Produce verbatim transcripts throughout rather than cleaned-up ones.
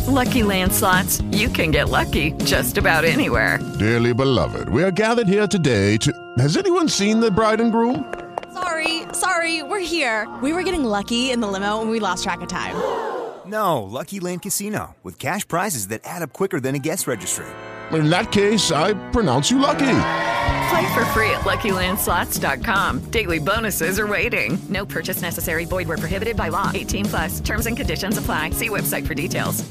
Lucky Land Slots, you can get lucky just about anywhere. Dearly beloved, we are gathered here today to... Has anyone seen the bride and groom? Sorry, sorry, we're here. We were getting lucky in the limo and we lost track of time. No, Lucky Land Casino, with cash prizes that add up quicker than a guest registry. In that case, I pronounce you lucky. Play for free at Lucky Land Slots dot com. Daily bonuses are waiting. No purchase necessary. Void where prohibited by law. eighteen plus. Terms and conditions apply. See website for details.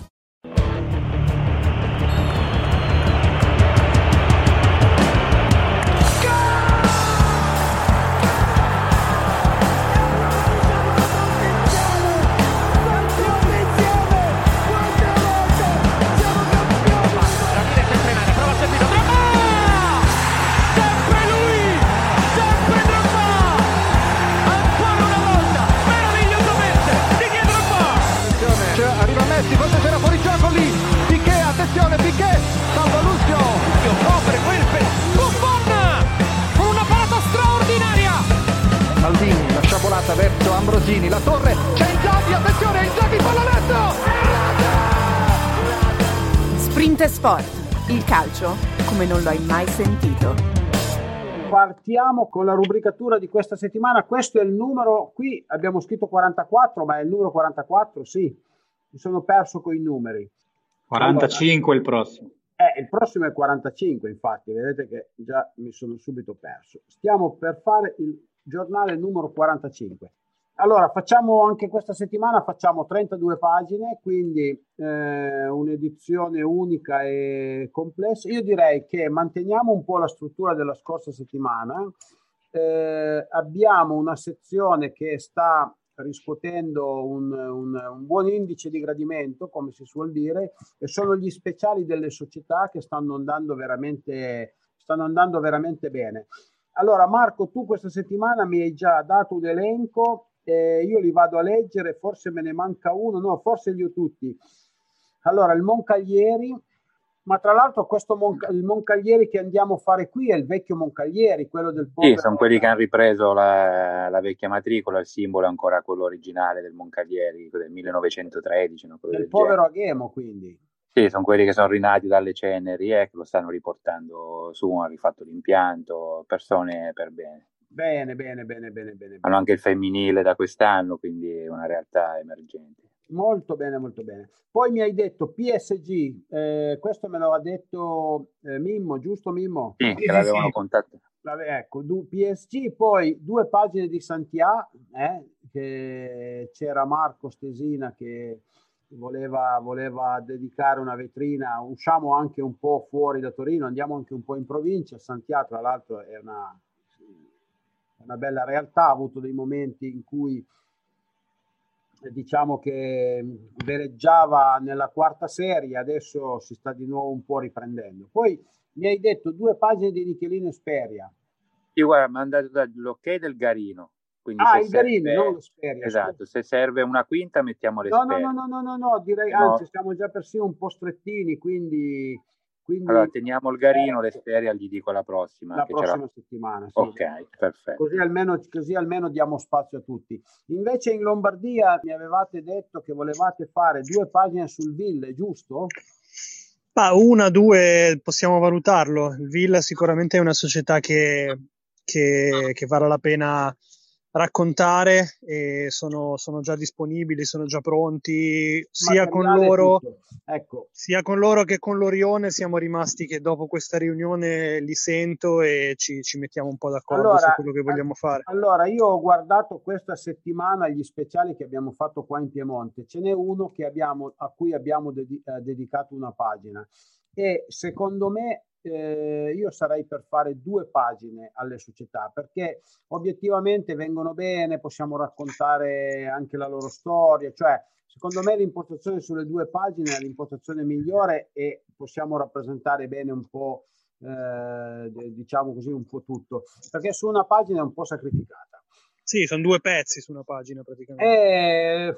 Verso Ambrosini, la torre, c'è Inzaghi, attenzione, Inzaghi, pallonetto! Sprint Sport, il calcio come non l'hai mai sentito. Partiamo con la rubricatura di questa settimana. Questo è il numero, qui abbiamo scritto quarantaquattro, ma è il numero quarantaquattro, sì, mi sono perso coi numeri. quarantacinque allora, il prossimo. Eh, il prossimo è quarantacinque, infatti, vedete che già mi sono subito perso. Stiamo per fare il giornale numero quarantacinque. Allora, facciamo anche questa settimana, facciamo trentadue pagine, quindi eh, un'edizione unica e complessa. Io direi che manteniamo un po' la struttura della scorsa settimana. Eh, abbiamo una sezione che sta riscuotendo un, un, un buon indice di gradimento, come si suol dire, e sono gli speciali delle società che stanno andando veramente, stanno andando veramente bene. Allora Marco, tu questa settimana mi hai già dato un elenco, eh, io li vado a leggere, forse me ne manca uno, no, forse li ho tutti. Allora, il Moncaglieri, ma tra l'altro questo Mon- il Moncaglieri che andiamo a fare qui è il vecchio Moncaglieri, quello del povero... Sì, sono quelli che hanno ripreso la, la vecchia matricola, il simbolo è ancora quello originale del Moncaglieri, del millenovecentotredici. No? Del, del genere. povero Aghemo, quindi. Sì, sono quelli che sono rinati dalle ceneri e eh, che lo stanno riportando su, hanno rifatto l'impianto, persone per bene. Bene, bene, bene, bene, bene. Hanno anche il femminile da quest'anno, quindi è una realtà emergente. Molto bene, molto bene. Poi mi hai detto P S G, eh, questo me lo ha detto eh, Mimmo, giusto Mimmo? Sì, che l'avevano sì. contattato. Ecco, P S G, poi due pagine di Santià, eh, che c'era Marco Stesina che... Voleva, voleva dedicare una vetrina, usciamo anche un po' fuori da Torino, andiamo anche un po' in provincia. Santiago tra l'altro è una, una bella realtà, ha avuto dei momenti in cui diciamo che veleggiava nella quarta serie, adesso si sta di nuovo un po' riprendendo. Poi mi hai detto due pagine di Michelino Esperia. Sì, guarda, mi hanno dato l'ok del Garino. Quindi ah, se il Garino, serve, non lo Speria. Esatto, se serve una quinta mettiamo le no, Speria. No, no, no, no, no, direi, no. Anzi, siamo già persino un po' strettini, quindi... quindi allora, teniamo il Garino, le Speria gli dico la prossima. La che prossima c'era... settimana, sì. Ok, perfetto. Così almeno, così almeno diamo spazio a tutti. Invece in Lombardia mi avevate detto che volevate fare due pagine sul Ville, giusto? Ah, una, due, possiamo valutarlo. Il Villa sicuramente è una società che, che, che vale la pena raccontare e sono, sono già disponibili, sono già pronti sia con loro ecco. sia con loro che con l'Orione. Siamo rimasti che dopo questa riunione li sento e ci, ci mettiamo un po' d'accordo allora, su quello che vogliamo fare. Allora io ho guardato questa settimana gli speciali che abbiamo fatto qua in Piemonte, ce n'è uno che abbiamo, a cui abbiamo ded- eh, dedicato una pagina e secondo me Eh, io sarei per fare due pagine alle società perché obiettivamente vengono bene, possiamo raccontare anche la loro storia, cioè secondo me l'impostazione sulle due pagine è l'impostazione migliore e possiamo rappresentare bene un po' eh, diciamo così un po' tutto, perché su una pagina è un po' sacrificata. Sì, sono due pezzi su una pagina praticamente. E...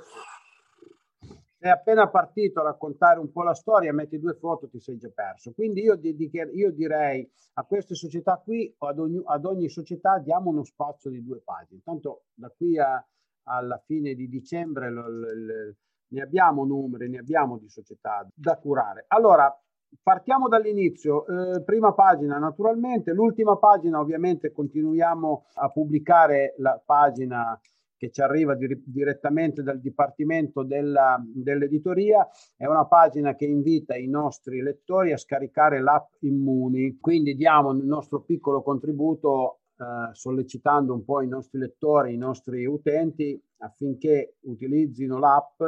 è appena partito a raccontare un po' la storia, metti due foto, ti sei già perso. Quindi io, dedicher- io direi a queste società qui, ad ogni, ad ogni società diamo uno spazio di due pagine. Tanto da qui a, alla fine di dicembre lo, lo, ne abbiamo numeri, ne abbiamo di società da curare. Allora, partiamo dall'inizio, eh, prima pagina naturalmente, l'ultima pagina ovviamente continuiamo a pubblicare la pagina che ci arriva di, direttamente dal Dipartimento della, dell'Editoria, è una pagina che invita i nostri lettori a scaricare l'app Immuni, quindi diamo il nostro piccolo contributo eh, sollecitando un po' i nostri lettori, i nostri utenti affinché utilizzino l'app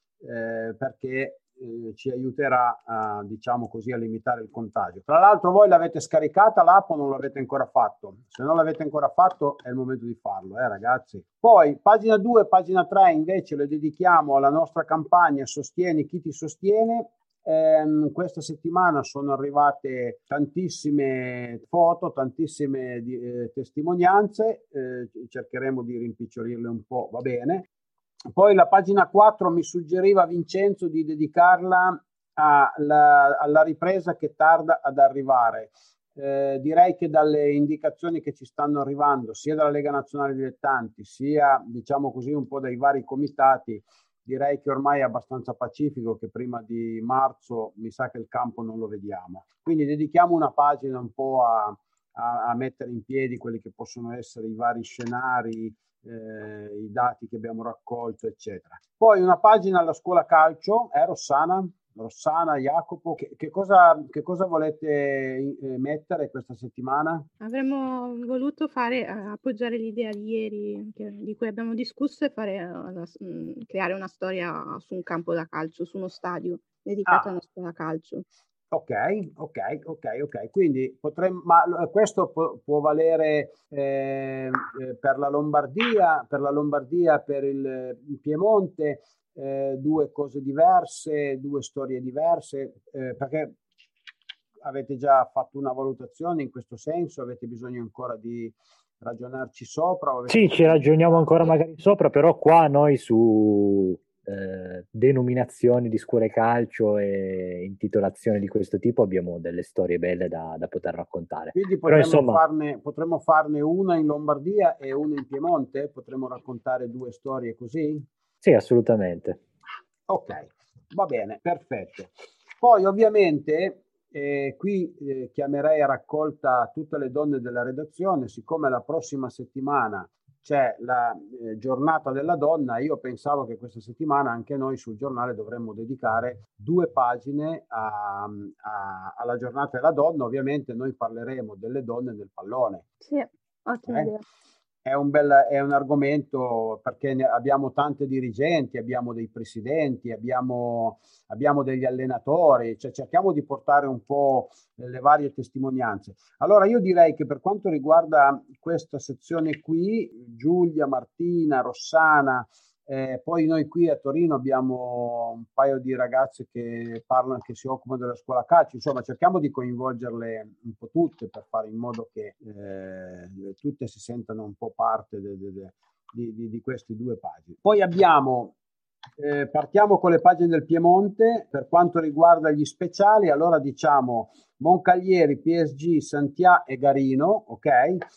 eh, perché Eh, ci aiuterà a, diciamo così, a limitare il contagio. Tra l'altro voi l'avete scaricata l'app o non l'avete ancora fatto? Se non l'avete ancora fatto è il momento di farlo, eh ragazzi. Poi pagina due, pagina tre invece le dedichiamo alla nostra campagna Sostieni chi ti sostiene. Eh, questa settimana sono arrivate tantissime foto, tantissime di, eh, testimonianze, eh, cercheremo di rimpicciolirle un po', va bene. Poi la pagina quattro mi suggeriva Vincenzo di dedicarla alla, alla ripresa che tarda ad arrivare. Eh, direi che dalle indicazioni che ci stanno arrivando sia dalla Lega Nazionale Dilettanti sia, diciamo così, un po' dai vari comitati, direi che ormai è abbastanza pacifico, che prima di marzo mi sa che il campo non lo vediamo. Quindi dedichiamo una pagina un po' a, a, a mettere in piedi quelli che possono essere i vari scenari, Eh, i dati che abbiamo raccolto, eccetera. Poi una pagina alla scuola calcio, eh, Rossana? Rossana, Jacopo, che, che, cosa, che cosa volete eh, mettere questa settimana? Avremmo voluto fare, eh, appoggiare l'idea di ieri che, di cui abbiamo discusso e fare, uh, mh, creare una storia su un campo da calcio, su uno stadio dedicato Ah. a una scuola calcio. Ok, ok, ok, ok. Quindi potremmo, ma questo può, può valere eh, per la Lombardia, per la Lombardia, per il, il Piemonte, eh, due cose diverse, due storie diverse, eh, perché avete già fatto una valutazione in questo senso? Avete bisogno ancora di ragionarci sopra? O Sì, ci ragioniamo ancora magari sopra, però qua noi su eh, denominazioni di scuole calcio e intitolazioni di questo tipo abbiamo delle storie belle da, da poter raccontare. Quindi Però, potremmo, insomma, farne, potremmo farne una in Lombardia e una in Piemonte? Potremmo raccontare due storie così? sì, assolutamente. Ok, va bene, perfetto. Poi ovviamente eh, qui eh, chiamerei a raccolta tutte le donne della redazione, siccome la prossima settimana c'è la eh, giornata della donna. Io pensavo che questa settimana anche noi sul giornale dovremmo dedicare due pagine a, a, alla giornata della donna. Ovviamente noi parleremo delle donne del pallone. Sì, ottima Eh? idea. È un, bel, è un argomento perché ne abbiamo tante dirigenti, abbiamo dei presidenti, abbiamo, abbiamo degli allenatori, cioè cerchiamo di portare un po' le varie testimonianze. Allora io direi che per quanto riguarda questa sezione qui, Giulia, Martina, Rossana, eh, poi noi qui a Torino abbiamo un paio di ragazze che parlano, che si occupano della scuola calcio, insomma cerchiamo di coinvolgerle un po' tutte per fare in modo che eh, tutte si sentano un po' parte de, de, de, di, di, di queste due pagine. Poi abbiamo, eh, partiamo con le pagine del Piemonte. Per quanto riguarda gli speciali, allora diciamo Moncaglieri, P S G, Santià e Garino, ok?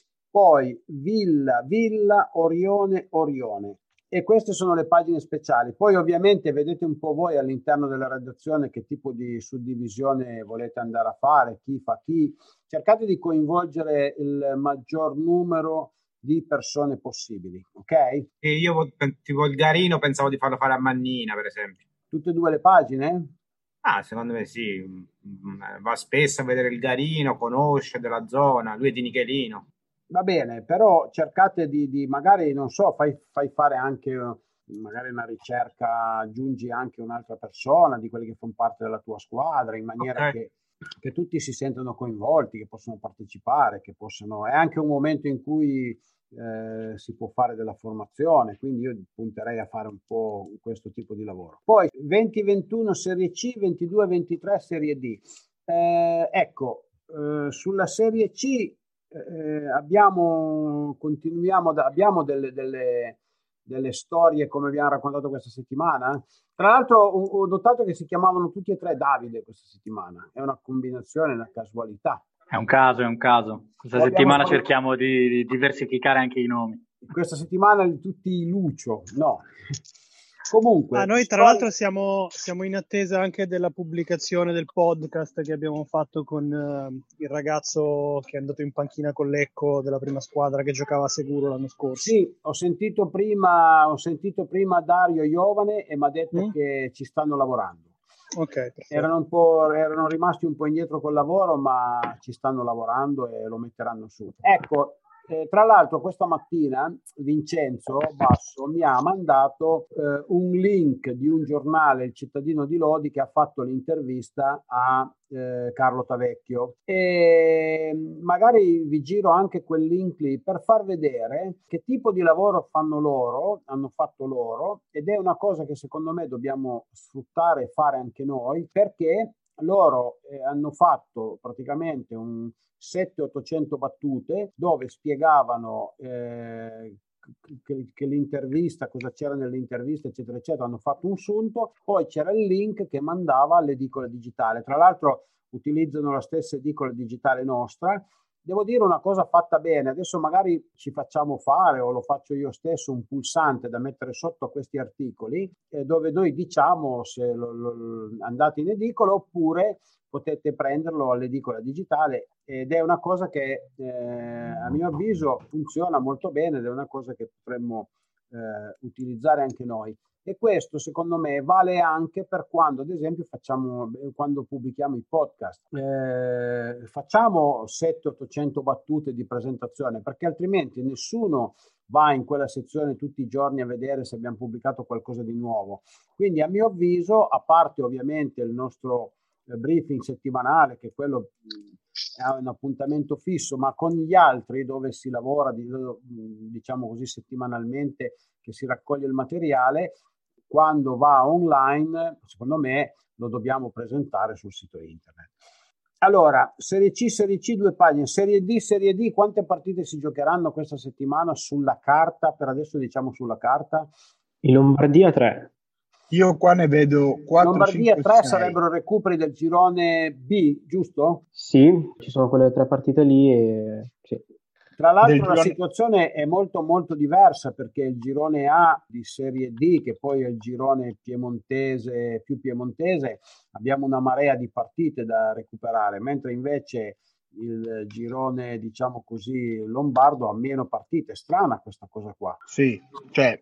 Poi Villa, Villa, Orione, Orione. E queste sono le pagine speciali. Poi ovviamente vedete un po' voi all'interno della redazione che tipo di suddivisione volete andare a fare, chi fa chi. Cercate di coinvolgere il maggior numero di persone possibili, ok? E io tipo il Garino pensavo di farlo fare a Mannina, per esempio. Tutte e due le pagine? Ah, secondo me sì. Va spesso a vedere il Garino, conosce della zona, lui è di Nichelino. Va bene, però cercate di, di magari, non so, fai, fai fare anche magari una ricerca, aggiungi anche un'altra persona di quelli che fanno parte della tua squadra, in maniera Okay. che, che tutti si sentano coinvolti, che possono partecipare, che possono... È anche un momento in cui eh, si può fare della formazione, quindi io punterei a fare un po' questo tipo di lavoro. Poi venti ventuno Serie C, ventidue ventitré Serie D. Eh, ecco, eh, sulla Serie C... Eh, abbiamo continuiamo da, abbiamo delle, delle, delle storie come abbiamo raccontato questa settimana. Tra l'altro ho, ho notato che si chiamavano tutti e tre Davide questa settimana, è una combinazione, una casualità. È un caso, è un caso. Questa Lo settimana abbiamo- cerchiamo di, di diversificare anche i nomi. Questa settimana tutti Lucio, no. Comunque, ah, noi tra storia... l'altro siamo, siamo in attesa anche della pubblicazione del podcast che abbiamo fatto con uh, il ragazzo che è andato in panchina con Lecco della prima squadra che giocava a Seguro l'anno scorso. Sì, ho sentito prima, ho sentito prima Dario Iovane e mi ha detto mm? che ci stanno lavorando. Okay, erano, un po', erano rimasti un po' indietro col lavoro, ma ci stanno lavorando e lo metteranno su. Ecco, eh, tra l'altro questa mattina Vincenzo Basso mi ha mandato eh, un link di un giornale, Il Cittadino di Lodi, che ha fatto l'intervista a eh, Carlo Tavecchio, e magari vi giro anche quel link lì per far vedere che tipo di lavoro fanno loro, hanno fatto loro, ed è una cosa che secondo me dobbiamo sfruttare e fare anche noi, perché loro eh, hanno fatto praticamente un settecento ottocento battute dove spiegavano eh, che, che l'intervista, cosa c'era nell'intervista, eccetera, eccetera. Hanno fatto un sunto, poi c'era il link che mandava all'edicola digitale. Tra l'altro utilizzano la stessa edicola digitale nostra. Devo dire una cosa fatta bene, adesso magari ci facciamo fare, o lo faccio io stesso, un pulsante da mettere sotto a questi articoli eh, dove noi diciamo se lo, lo, andate in edicola, oppure potete prenderlo all'edicola digitale, ed è una cosa che eh, a mio avviso funziona molto bene, ed è una cosa che potremmo eh, utilizzare anche noi. E questo secondo me vale anche per quando, ad esempio, facciamo quando pubblichiamo i podcast, eh, facciamo settecento ottocento battute di presentazione, perché altrimenti nessuno va in quella sezione tutti i giorni a vedere se abbiamo pubblicato qualcosa di nuovo. Quindi a mio avviso, a parte ovviamente il nostro briefing settimanale, che quello è un appuntamento fisso, ma con gli altri dove si lavora diciamo così settimanalmente, che si raccoglie il materiale, quando va online secondo me lo dobbiamo presentare sul sito internet. Allora, Serie C, Serie C, due pagine, Serie D, Serie D, quante partite si giocheranno questa settimana sulla carta? Per adesso diciamo sulla carta. In Lombardia tre. Io qua ne vedo quattro. Lombardia cinque, tre sei. Sarebbero recuperi del girone B, giusto? Sì, ci sono quelle tre partite lì e sì. Tra l'altro Del la girone... situazione è molto molto diversa, perché il girone A di Serie D, che poi è il girone piemontese più piemontese, abbiamo una marea di partite da recuperare, mentre invece il girone, diciamo così, lombardo ha meno partite. Strana questa cosa qua. Sì, cioè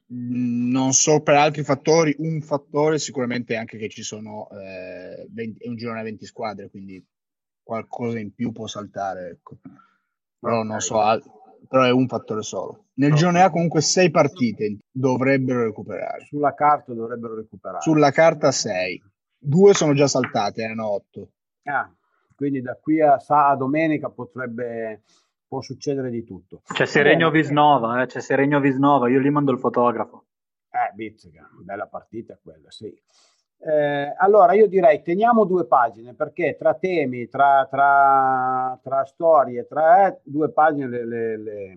non so per altri fattori, un fattore sicuramente è anche che ci sono eh, venti, è un girone a venti squadre, quindi qualcosa in più può saltare, ecco. Però non so, però è un fattore solo. Nel girone A comunque sei partite dovrebbero recuperare. Sulla carta dovrebbero recuperare. Sulla carta sei. Due sono già saltate, erano otto. Ah, quindi da qui a, a domenica potrebbe può succedere di tutto. C'è Seregno Visnova, eh, c'è Seregno Visnova, io gli mando il fotografo. Eh, Bizzica, bella partita quella, sì. Eh, allora io direi teniamo due pagine, perché tra temi, tra, tra, tra storie, tra eh, due pagine le, le, le...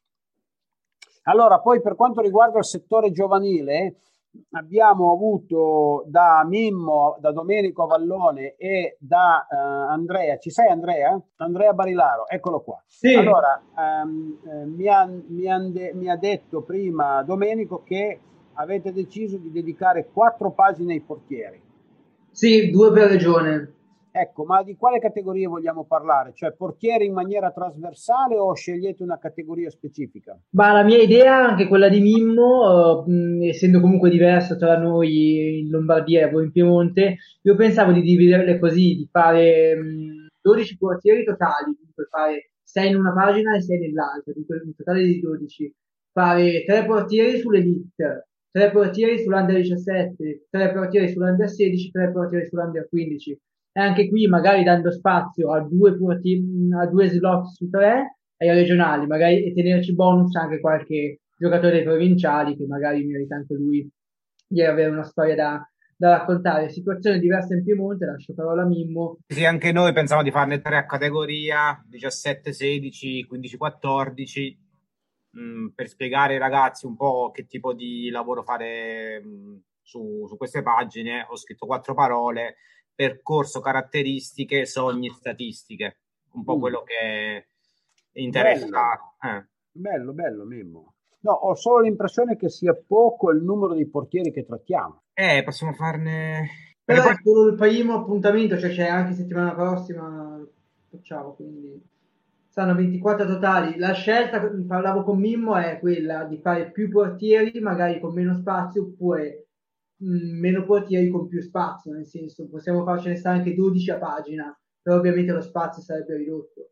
Allora poi per quanto riguarda il settore giovanile abbiamo avuto da Mimmo, da Domenico Vallone e da uh, Andrea, ci sei Andrea? Andrea Barilaro, eccolo qua. Sì. Allora um, eh, mi, ha, mi, ha de, mi ha detto prima Domenico che avete deciso di dedicare quattro pagine ai portieri. Sì, due per regione. Ecco, ma di quale categorie vogliamo parlare? Cioè portieri in maniera trasversale o scegliete una categoria specifica? Ma la mia idea, anche quella di Mimmo, uh, mh, essendo comunque diversa tra noi in Lombardia e voi in Piemonte, io pensavo di dividerle così, di fare mh, dodici portieri totali, dunque fare sei in una pagina e sei nell'altra, dunque un totale di dodici. Fare tre portieri sull'Elite, tre portieri sull'Under diciassette, tre portieri sull'Under sedici, tre portieri sull'Under quindici. E anche qui magari dando spazio a due, portieri, a due slot su tre ai regionali, magari, e tenerci bonus anche qualche giocatore dei provinciali che magari merita anche lui di avere una storia da, da raccontare. Situazione diversa in Piemonte, lascio parola a Mimmo. Sì, anche noi pensavamo di farne tre a categoria, diciassette sedici, quindici quattordici, mh, per spiegare ai ragazzi un po' che tipo di lavoro fare mh, su, su queste pagine. Ho scritto quattro parole: percorso, caratteristiche, sogni, statistiche, un po' mm. quello che interessa. Bello, eh. bello, bello Mimmo. No, ho solo l'impressione che sia poco il numero di portieri che trattiamo. Eh, possiamo farne... Però è solo il primo appuntamento, cioè c'è anche settimana prossima, facciamo, quindi saranno ventiquattro totali. La scelta, parlavo con Mimmo, è quella di fare più portieri, magari con meno spazio, oppure mh, meno portieri con più spazio, nel senso possiamo farcene stare anche dodici a pagina, però ovviamente lo spazio sarebbe ridotto.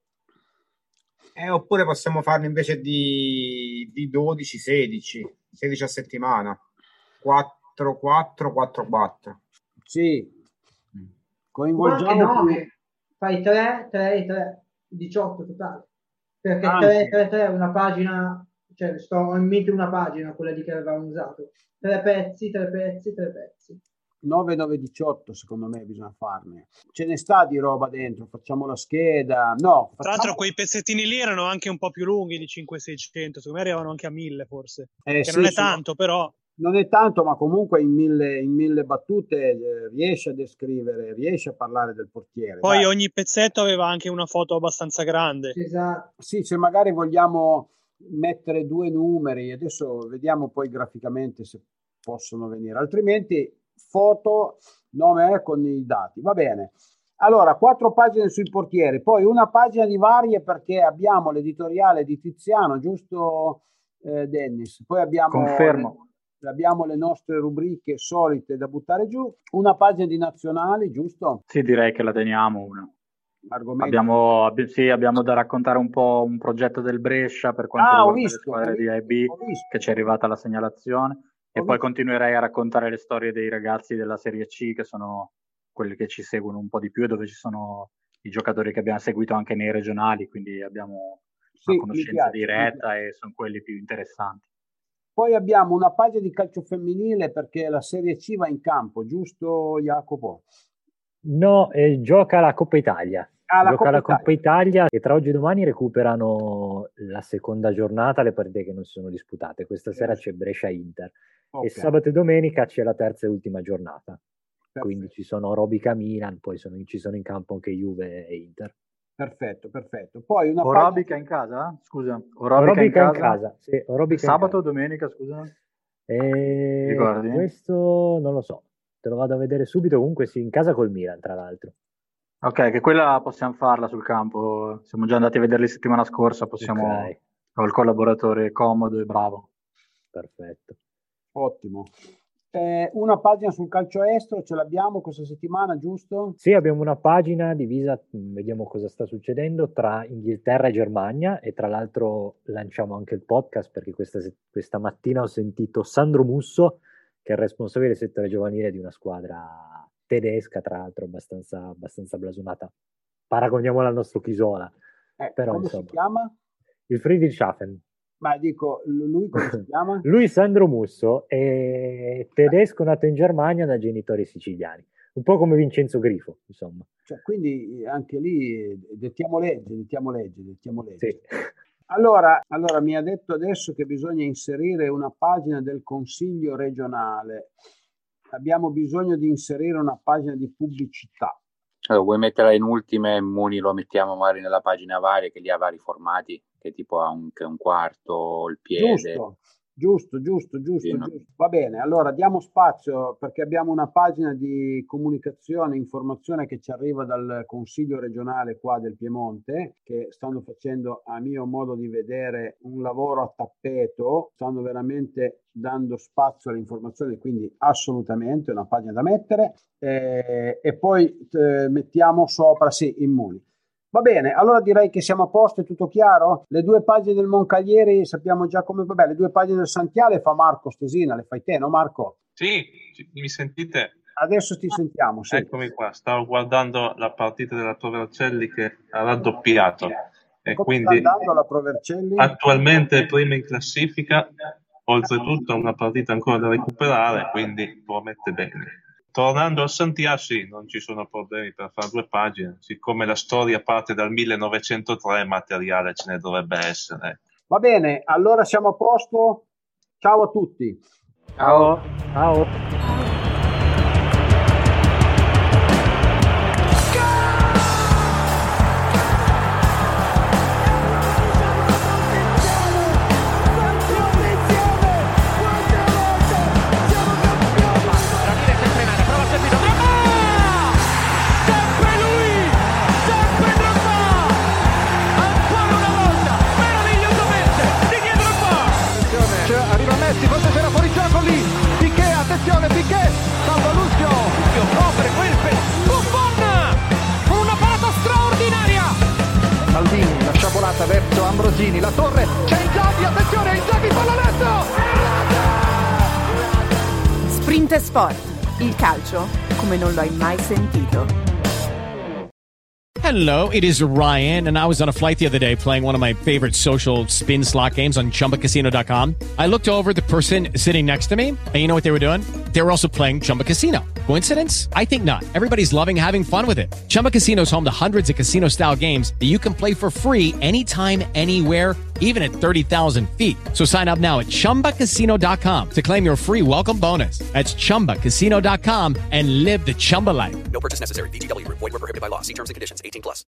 Eh, oppure possiamo farne invece di, di dodici sedici, sedici a settimana, quattro quattro quattro quattro. Sì, coinvolgiamo anche nove, fai tre, tre e tre, diciotto totale, perché Anche. tre, tre, tre, una pagina, cioè sto ho in mente una pagina, quella di che avevamo usato, tre pezzi, tre pezzi, tre pezzi. nove nove diciotto secondo me bisogna farne. Ce ne sta di roba dentro, facciamo la scheda. No, tra l'altro quei pezzettini lì erano anche un po' più lunghi di cinque seicento, secondo me arrivavano anche a mille forse, eh, che sì, non è sì, tanto però. Non è tanto, ma comunque in mille, in mille battute eh, riesce a descrivere, riesce a parlare del portiere. Poi dai. Ogni pezzetto aveva anche una foto abbastanza grande. Esatto. Sì, se magari vogliamo mettere due numeri, adesso vediamo poi graficamente se possono venire, altrimenti foto, nome con i dati, va bene. Allora, quattro pagine sui portieri, poi una pagina di varie perché abbiamo l'editoriale di Tiziano, giusto eh, Dennis? Poi abbiamo... Confermo. Abbiamo le nostre rubriche solite da buttare giù, una pagina di nazionali, giusto? Sì, direi che la teniamo una. Argomenti. Abbiamo, abbi- sì, abbiamo da raccontare un po' un progetto del Brescia per quanto ah, riguarda visto, le squadre visto, di A e B, che ci è arrivata la segnalazione, ho e visto. Poi continuerei a raccontare le storie dei ragazzi della Serie C, che sono quelli che ci seguono un po' di più e dove ci sono i giocatori che abbiamo seguito anche nei regionali, quindi abbiamo sì, una conoscenza piace, diretta e sono quelli più interessanti. Poi abbiamo una pagina di calcio femminile perché la Serie C va in campo, giusto Jacopo? No, eh, gioca la Coppa Italia. Ah, la gioca Coppa la Italia. Coppa Italia e tra oggi e domani recuperano la seconda giornata, le partite che non si sono disputate. Questa sera c'è Brescia-Inter Okay. e sabato e domenica c'è la terza e ultima giornata. Perfetto. Quindi ci sono Robica-Milan, poi sono, ci sono in campo anche Juve e Inter. Perfetto, perfetto. Poi una Orobica pagina... in casa? Scusa. Orobica, Orobica in casa? In casa. Sì, Orobica sabato o domenica, scusa? E... Ricordi? Questo non lo so, te lo vado a vedere subito. Comunque sì, in casa col Milan, tra l'altro. Ok, che quella possiamo farla sul campo. Siamo già andati a vederli settimana scorsa, possiamo... Okay. Ho il collaboratore comodo e bravo. Perfetto. Ottimo. Eh, una pagina sul calcio estero ce l'abbiamo questa settimana, giusto? Sì, abbiamo una pagina divisa, vediamo cosa sta succedendo tra Inghilterra e Germania, e tra l'altro lanciamo anche il podcast perché questa, questa mattina ho sentito Sandro Musso, che è il responsabile del settore giovanile di una squadra tedesca, tra l'altro abbastanza, abbastanza blasonata. Paragoniamola al nostro Chisola. Eh, Però, come insomma, si chiama? Il Friedrichshafen. Ma dico, lui come si chiama? Lui Sandro Musso è tedesco nato in Germania da genitori siciliani, un po' come Vincenzo Grifo, insomma. Cioè, quindi anche lì dettiamo legge, dettiamo legge, dettiamo legge. Sì. Allora, allora mi ha detto adesso che bisogna inserire una pagina del Consiglio regionale. Abbiamo bisogno di inserire una pagina di pubblicità. Allora, vuoi metterla in ultima e Muni lo mettiamo magari nella pagina varia, che lì ha vari formati, che tipo ha un, un quarto, il piede. Giusto, giusto, giusto, giusto, sì, no? giusto. Va bene, allora diamo spazio perché abbiamo una pagina di comunicazione, informazione che ci arriva dal Consiglio regionale qua del Piemonte, che stanno facendo, a mio modo di vedere, un lavoro a tappeto, stanno veramente dando spazio alle informazioni, quindi assolutamente una pagina da mettere, eh, e poi eh, mettiamo sopra, sì, Immuni. Va bene, allora direi che siamo a posto, è tutto chiaro? Le due pagine del Moncalieri sappiamo già come... Vabbè, le due pagine del Santiale fa Marco Stesina, le fai te, no Marco? Sì, mi sentite? Adesso ti sentiamo, sì. Eccomi qua, stavo guardando la partita della Provercelli che ha raddoppiato. E come quindi sta andando la Provercelli? Attualmente è prima in classifica, oltretutto una partita ancora da recuperare, quindi promette bene. Tornando al Santiago, sì, non ci sono problemi per fare due pagine, siccome la storia parte dal millenovecentotre, materiale ce ne dovrebbe essere. Va bene, allora siamo a posto. Ciao a tutti. Ciao. Ciao. verso Ambrosini, la torre, c'è Inzaghi, attenzione Inzaghi, palla netto! Sprint Sport, il calcio come non lo hai mai sentito. Hello, it is Ryan, and I was on a flight the other day playing one of my favorite social spin slot games on Chumba Casino dot com. I looked over at the person sitting next to me, and you know what they were doing? They were also playing Chumba Casino. Coincidence? I think not. Everybody's loving having fun with it. Chumba Casino is home to hundreds of casino-style games that you can play for free anytime, anywhere, even at thirty thousand feet. So sign up now at Chumba Casino dot com to claim your free welcome bonus. That's Chumba Casino dot com and live the Chumba life. No purchase necessary. V G W. Void where prohibited by law. See terms and conditions. eighteen plus.